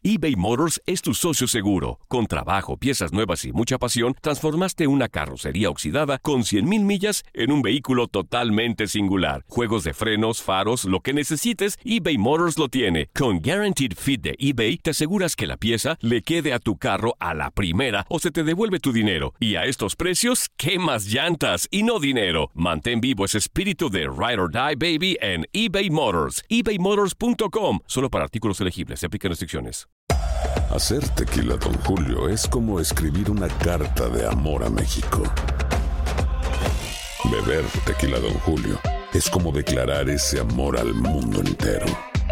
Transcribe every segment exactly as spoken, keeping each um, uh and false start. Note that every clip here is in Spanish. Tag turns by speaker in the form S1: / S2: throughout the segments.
S1: eBay Motors es tu socio seguro. Con trabajo, piezas nuevas y mucha pasión, transformaste una carrocería oxidada con cien mil millas en un vehículo totalmente singular. Juegos de frenos, faros, lo que necesites, eBay Motors lo tiene. Con Guaranteed Fit de eBay, te aseguras que la pieza le quede a tu carro a la primera o se te devuelve tu dinero. Y a estos precios, ¿qué más llantas y no dinero? Mantén vivo ese espíritu de Ride or Die, baby, en eBay Motors. ebay motors punto com. Solo para artículos elegibles. Se aplican restricciones.
S2: Hacer tequila Don Julio es como escribir una carta de amor a México. Beber tequila Don Julio es como declarar ese amor al mundo entero.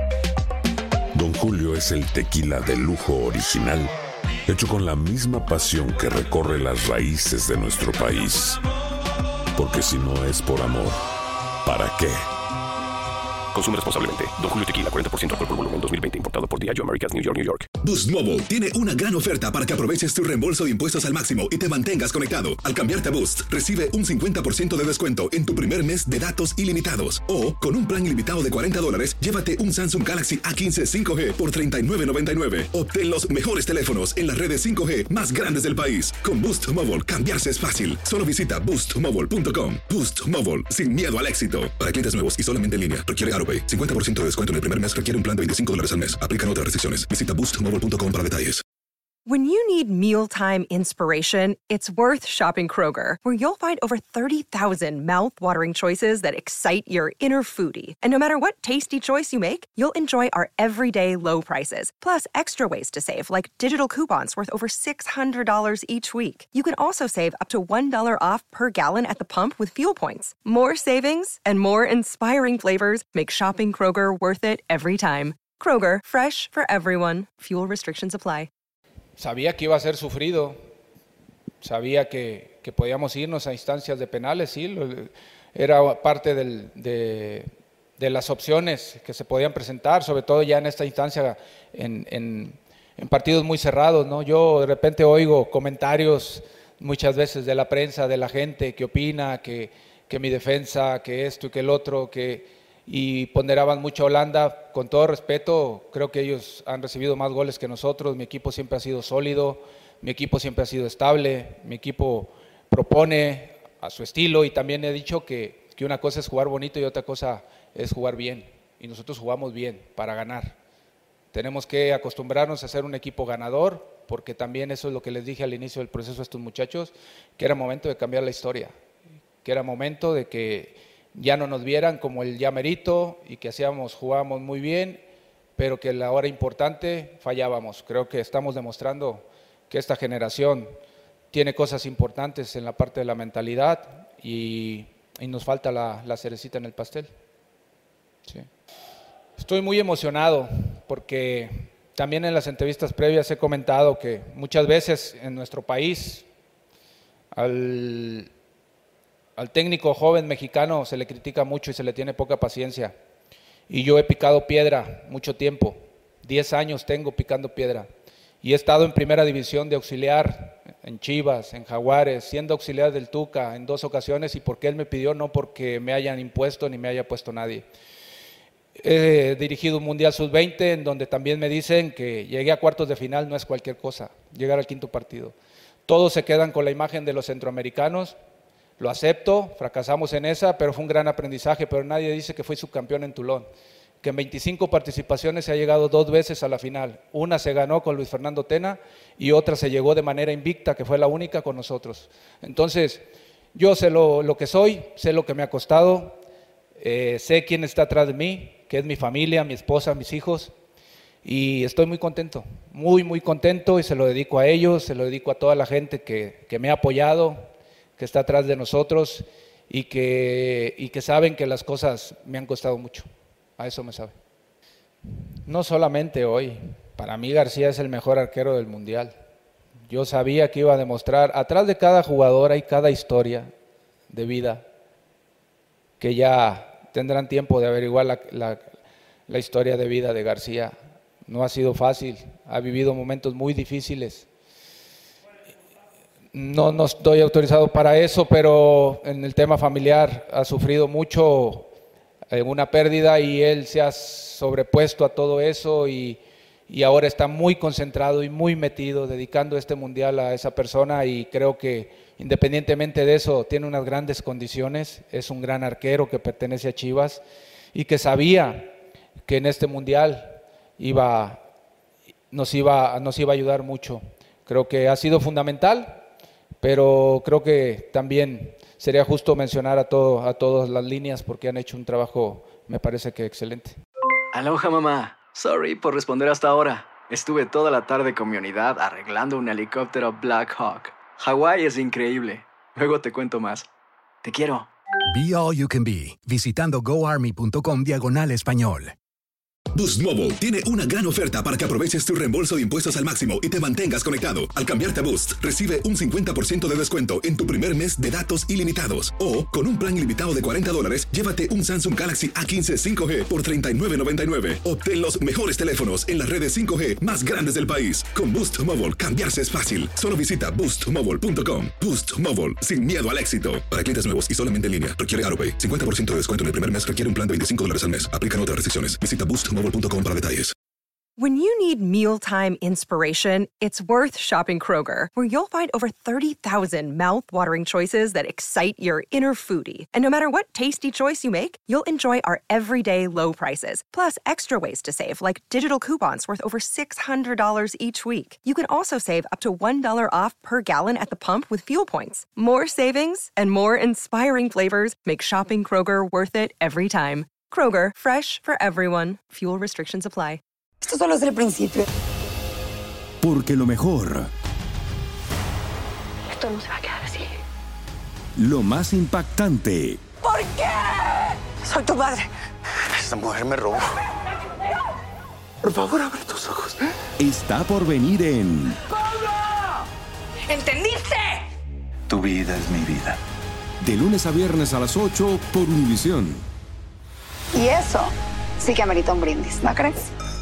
S2: Don Julio es el tequila de lujo original, hecho con la misma pasión que recorre las raíces de nuestro país. Porque si no es por amor, ¿para qué?
S1: Consume responsablemente. Don Julio Tequila, cuarenta por ciento alcohol por volumen, dos mil veinte. Importado por Diageo Americas, New York, New York.
S3: Boost Mobile tiene una gran oferta para que aproveches tu reembolso de impuestos al máximo y te mantengas conectado. Al cambiarte a Boost, recibe un cincuenta por ciento de descuento en tu primer mes de datos ilimitados. O, con un plan ilimitado de cuarenta dólares, llévate un Samsung Galaxy A quince cinco G por treinta y nueve noventa y nueve. Obtén los mejores teléfonos en las redes cinco G más grandes del país. Con Boost Mobile, cambiarse es fácil. Solo visita boost mobile punto com. Boost Mobile, sin miedo al éxito. Para clientes nuevos y solamente en línea, requiere AutoPay. cincuenta por ciento de descuento en el primer mes requiere un plan de veinticinco dólares al mes. Aplican otras restricciones. Visita boost mobile punto com para detalles.
S4: When you need mealtime inspiration, it's worth shopping Kroger, where you'll find over thirty thousand mouth-watering choices that excite your inner foodie. And no matter what tasty choice you make, you'll enjoy our everyday low prices, plus extra ways to save, like digital coupons worth over six hundred dollars each week. You can also save up to one dollar off per gallon at the pump with fuel points. More savings and more inspiring flavors make shopping Kroger worth it every time. Kroger, fresh for everyone. Fuel restrictions apply.
S5: Sabía que iba a ser sufrido, sabía que, que podíamos irnos a instancias de penales, sí, lo, era parte del, de, de las opciones que se podían presentar, sobre todo ya en esta instancia, en, en, en partidos muy cerrados, ¿no? Yo de repente oigo comentarios muchas veces de la prensa, de la gente que opina, que, que mi defensa, que esto y que el otro, que... y ponderaban mucho a Holanda. Con todo respeto, creo que ellos han recibido más goles que nosotros. Mi equipo siempre ha sido sólido, mi equipo siempre ha sido estable, mi equipo propone a su estilo y también he dicho que, que una cosa es jugar bonito y otra cosa es jugar bien, y nosotros jugamos bien para ganar. Tenemos que acostumbrarnos a ser un equipo ganador, porque también eso es lo que les dije al inicio del proceso a estos muchachos, que era momento de cambiar la historia, que era momento de que ya no nos vieran como el ya merito y que hacíamos, jugábamos muy bien, pero que a la hora importante fallábamos. Creo que estamos demostrando que esta generación tiene cosas importantes en la parte de la mentalidad y, y nos falta la, la cerecita en el pastel. Sí. Estoy muy emocionado porque también en las entrevistas previas he comentado que muchas veces en nuestro país al... Al técnico joven mexicano se le critica mucho y se le tiene poca paciencia. Y yo he picado piedra mucho tiempo, diez años tengo picando piedra. Y he estado en primera división de auxiliar, en Chivas, en Jaguares, siendo auxiliar del Tuca en dos ocasiones, y porque él me pidió, no porque me hayan impuesto ni me haya puesto nadie. He dirigido un Mundial sub veinte en donde también me dicen que llegué a cuartos de final, no es cualquier cosa, llegar al quinto partido. Todos se quedan con la imagen de los centroamericanos. Lo acepto, fracasamos en esa, pero fue un gran aprendizaje, pero nadie dice que fui subcampeón en Toulon, que en veinticinco participaciones se ha llegado dos veces a la final. Una se ganó con Luis Fernando Tena y otra se llegó de manera invicta, que fue la única con nosotros. Entonces, yo sé lo, lo que soy, sé lo que me ha costado, eh, sé quién está atrás de mí, que es mi familia, mi esposa, mis hijos, y estoy muy contento, muy, muy contento, y se lo dedico a ellos, se lo dedico a toda la gente que, que me ha apoyado, que está atrás de nosotros y que, y que saben que las cosas me han costado mucho. A eso me sabe. No solamente hoy, para mí García es el mejor arquero del Mundial. Yo sabía que iba a demostrar, atrás de cada jugador hay cada historia de vida, que ya tendrán tiempo de averiguar la, la, la historia de vida de García. No ha sido fácil, ha vivido momentos muy difíciles. No, no estoy autorizado para eso, pero en el tema familiar ha sufrido mucho, eh, una pérdida, y él se ha sobrepuesto a todo eso y, y ahora está muy concentrado y muy metido, dedicando este mundial a esa persona, y creo que independientemente de eso tiene unas grandes condiciones, es un gran arquero que pertenece a Chivas y que sabía que en este mundial iba, nos, iba, nos iba a ayudar mucho. Creo que ha sido fundamental, pero creo que también sería justo mencionar a, todo, a todas las líneas porque han hecho un trabajo, me parece que excelente.
S6: Aloha, mamá. Sorry por responder hasta ahora. Estuve toda la tarde con mi unidad arreglando un helicóptero Black Hawk. Hawái es increíble. Luego te cuento más. Te quiero.
S7: Be All You Can Be, visitando goarmy.com diagonal español.
S3: Boost Mobile tiene una gran oferta para que aproveches tu reembolso de impuestos al máximo y te mantengas conectado. Al cambiarte a Boost, recibe un cincuenta por ciento de descuento en tu primer mes de datos ilimitados. O, con un plan ilimitado de cuarenta dólares, llévate un Samsung Galaxy A quince cinco G por treinta y nueve noventa y nueve. Obtén los mejores teléfonos en las redes cinco G más grandes del país. Con Boost Mobile, cambiarse es fácil. Solo visita boost mobile punto com. Boost Mobile, sin miedo al éxito. Para clientes nuevos y solamente en línea, requiere AutoPay. cincuenta por ciento de descuento en el primer mes requiere un plan de veinticinco dólares al mes. Aplican otras restricciones. Visita boost mobile punto com para detalles.
S4: When you need mealtime inspiration, it's worth shopping Kroger, where you'll find over thirty thousand mouth-watering choices that excite your inner foodie. And no matter what tasty choice you make, you'll enjoy our everyday low prices, plus extra ways to save, like digital coupons worth over six hundred dollars each week. You can also save up to one dollar off per gallon at the pump with fuel points. More savings and more inspiring flavors make shopping Kroger worth it every time. Kroger, fresh for everyone. Fuel restrictions apply.
S8: Esto solo es el principio.
S9: Porque lo mejor...
S8: Esto no se va a quedar así.
S9: Lo más impactante...
S8: ¿Por qué? Soy tu madre.
S10: Esta mujer me robó. Por favor, abre tus ojos.
S9: Está por venir en...
S8: ¡Pablo! ¿Entendiste?
S10: Tu vida es mi vida.
S9: De lunes a viernes a las ocho por Univisión.
S11: Y eso sí que amerita un brindis, ¿no crees?